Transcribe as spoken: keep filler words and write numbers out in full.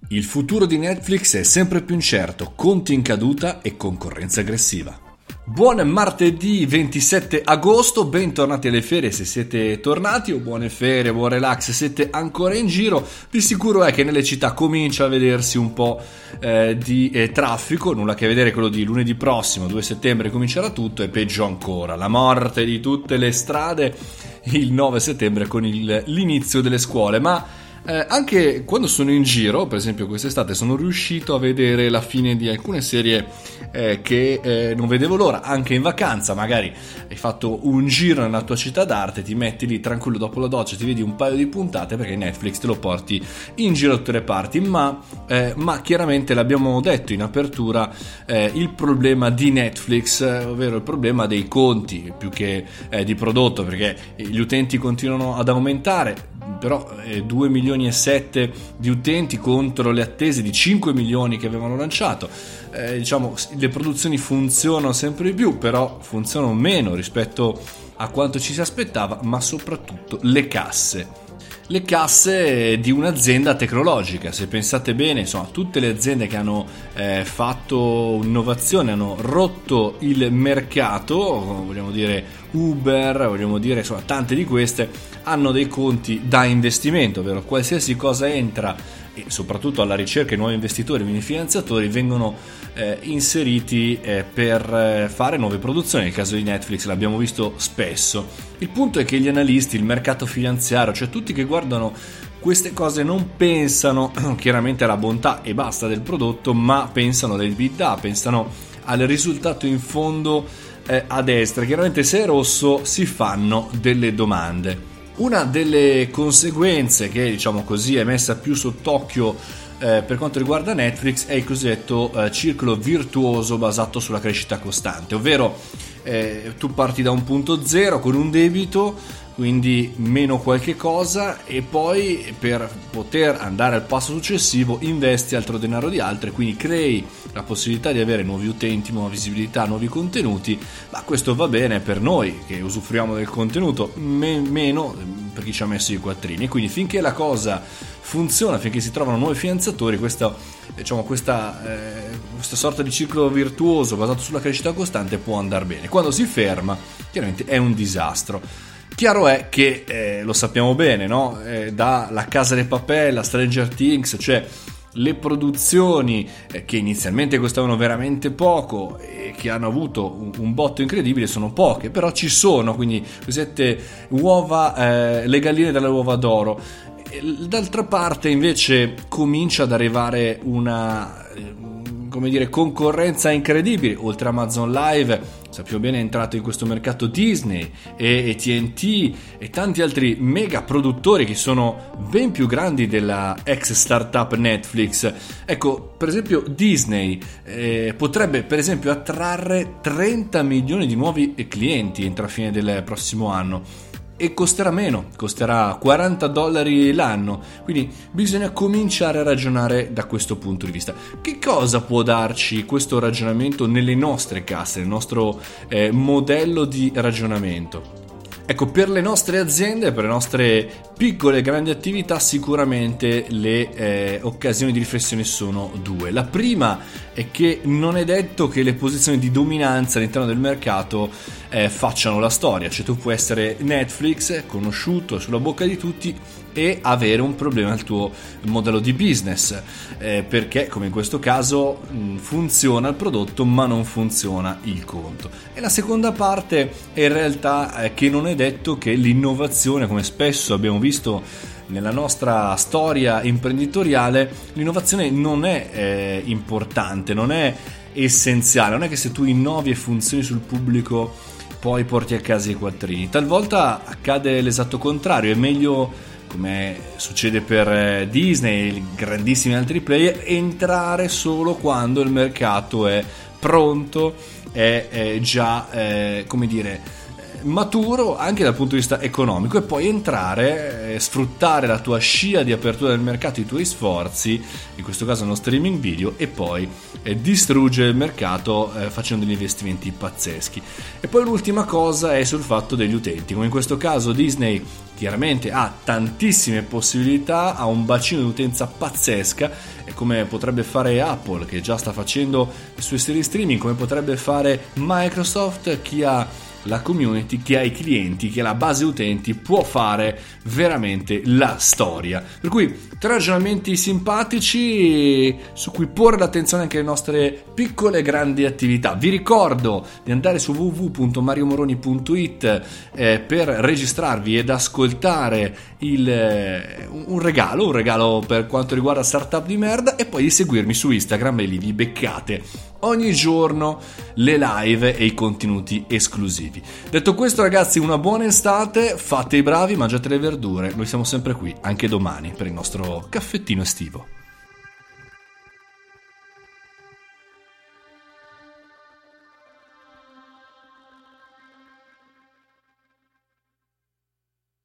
Il futuro di Netflix è sempre più incerto, conti in caduta e concorrenza aggressiva. Buon martedì ventisette agosto, bentornati alle ferie se siete tornati, o buone ferie, buon relax se siete ancora in giro. Di sicuro è che nelle città comincia a vedersi un po' eh, di eh, traffico, nulla a che vedere quello di lunedì prossimo, due settembre comincerà tutto, e peggio ancora, la morte di tutte le strade il nove settembre con il, l'inizio delle scuole, ma Eh, anche quando sono in giro, per esempio quest'estate, sono riuscito a vedere la fine di alcune serie eh, che eh, non vedevo l'ora. Anche in vacanza, magari hai fatto un giro nella tua città d'arte, ti metti lì tranquillo dopo la doccia, ti vedi un paio di puntate perché Netflix te lo porti in giro da tutte le parti. Ma, eh, ma chiaramente l'abbiamo detto in apertura, eh, il problema di Netflix, eh, ovvero il problema dei conti più che eh, di prodotto, perché gli utenti continuano ad aumentare. Però eh, due milioni e sette di utenti contro le attese di cinque milioni che avevano lanciato. Eh, diciamo, le produzioni funzionano sempre di più, però funzionano meno rispetto a quanto ci si aspettava, ma soprattutto le casse. Le casse di un'azienda tecnologica. Se pensate bene, insomma, tutte le aziende che hanno eh, fatto innovazione, hanno rotto il mercato, vogliamo dire Uber, vogliamo dire insomma tante di queste, hanno dei conti da investimento, ovvero qualsiasi cosa entra, e soprattutto alla ricerca di nuovi investitori, nuovi finanziatori, vengono eh, inseriti eh, per eh, fare nuove produzioni. Nel caso di Netflix l'abbiamo visto spesso. Il punto è che gli analisti, il mercato finanziario, cioè tutti che guardano queste cose, non pensano chiaramente alla bontà e basta del prodotto, ma pensano all'EBITDA, pensano al risultato in fondo eh, a destra. Chiaramente se è rosso si fanno delle domande. Una delle conseguenze che, diciamo così, è messa più sott'occhio eh, per quanto riguarda Netflix è il cosiddetto eh, circolo virtuoso basato sulla crescita costante, ovvero eh, tu parti da un punto zero con un debito, quindi meno qualche cosa, e poi per poter andare al passo successivo investi altro denaro di altri, quindi crei la possibilità di avere nuovi utenti, nuova visibilità, nuovi contenuti. Ma questo va bene per noi che usufruiamo del contenuto, me- meno per chi ci ha messo i quattrini. Quindi finché la cosa funziona, finché si trovano nuovi finanziatori, questa, diciamo, questa, eh, questa sorta di circolo virtuoso basato sulla crescita costante può andare bene. Quando si ferma, chiaramente è un disastro. Chiaro è che, eh, lo sappiamo bene, no? Eh, da La Casa de Papel a Stranger Things, cioè le produzioni eh, che inizialmente costavano veramente poco e che hanno avuto un, un botto incredibile sono poche, però ci sono, quindi cosiddette uova, eh, le galline dalle uova d'oro. E, d'altra parte invece comincia ad arrivare una, come dire, concorrenza incredibile. Oltre a Amazon Live, sappiamo bene, è entrato in questo mercato Disney e T N T e tanti altri mega produttori che sono ben più grandi della ex startup Netflix. Ecco, per esempio Disney eh, potrebbe per esempio attrarre trenta milioni di nuovi clienti entro fine del prossimo anno, e costerà meno, costerà quaranta dollari l'anno, quindi bisogna cominciare a ragionare da questo punto di vista. Che cosa può darci questo ragionamento nelle nostre casse, nel nostro eh, modello di ragionamento? Ecco, per le nostre aziende, per le nostre piccole e grandi attività, sicuramente le eh, occasioni di riflessione sono due. La prima è che non è detto che le posizioni di dominanza all'interno del mercato eh, facciano la storia, cioè tu puoi essere Netflix, conosciuto, sulla bocca di tutti, e avere un problema nel tuo modello di business, eh, perché come in questo caso mh, funziona il prodotto ma non funziona il conto. E la seconda parte è in realtà eh, che non è detto che l'innovazione, come spesso abbiamo visto nella nostra storia imprenditoriale, l'innovazione non è eh, importante, non è essenziale, non è che se tu innovi e funzioni sul pubblico poi porti a casa i quattrini. Talvolta accade l'esatto contrario, è meglio, come succede per Disney e grandissimi altri player, entrare solo quando il mercato è pronto, è, è già, eh, come dire, maturo anche dal punto di vista economico, e poi entrare e sfruttare la tua scia di apertura del mercato, i tuoi sforzi, in questo caso uno streaming video, e poi eh, distruggere il mercato eh, facendo degli investimenti pazzeschi. E poi l'ultima cosa è sul fatto degli utenti, come in questo caso Disney chiaramente ha tantissime possibilità, ha un bacino di utenza pazzesca, e come potrebbe fare Apple, che già sta facendo le sue serie streaming, come potrebbe fare Microsoft, chi ha la community, chi ha i clienti, chi ha la base utenti, può fare veramente la storia. Per cui tre ragionamenti simpatici su cui porre l'attenzione anche alle nostre piccole e grandi attività. Vi ricordo di andare su w w w punto mario moroni punto i t eh, per registrarvi ed ascoltare il, eh, un regalo, un regalo per quanto riguarda Startup di Merda, e poi di seguirmi su Instagram, e lì vi beccate ogni giorno le live e i contenuti esclusivi. Detto questo, ragazzi, una buona estate, fate i bravi, mangiate le verdure, noi siamo sempre qui anche domani per il nostro caffettino estivo.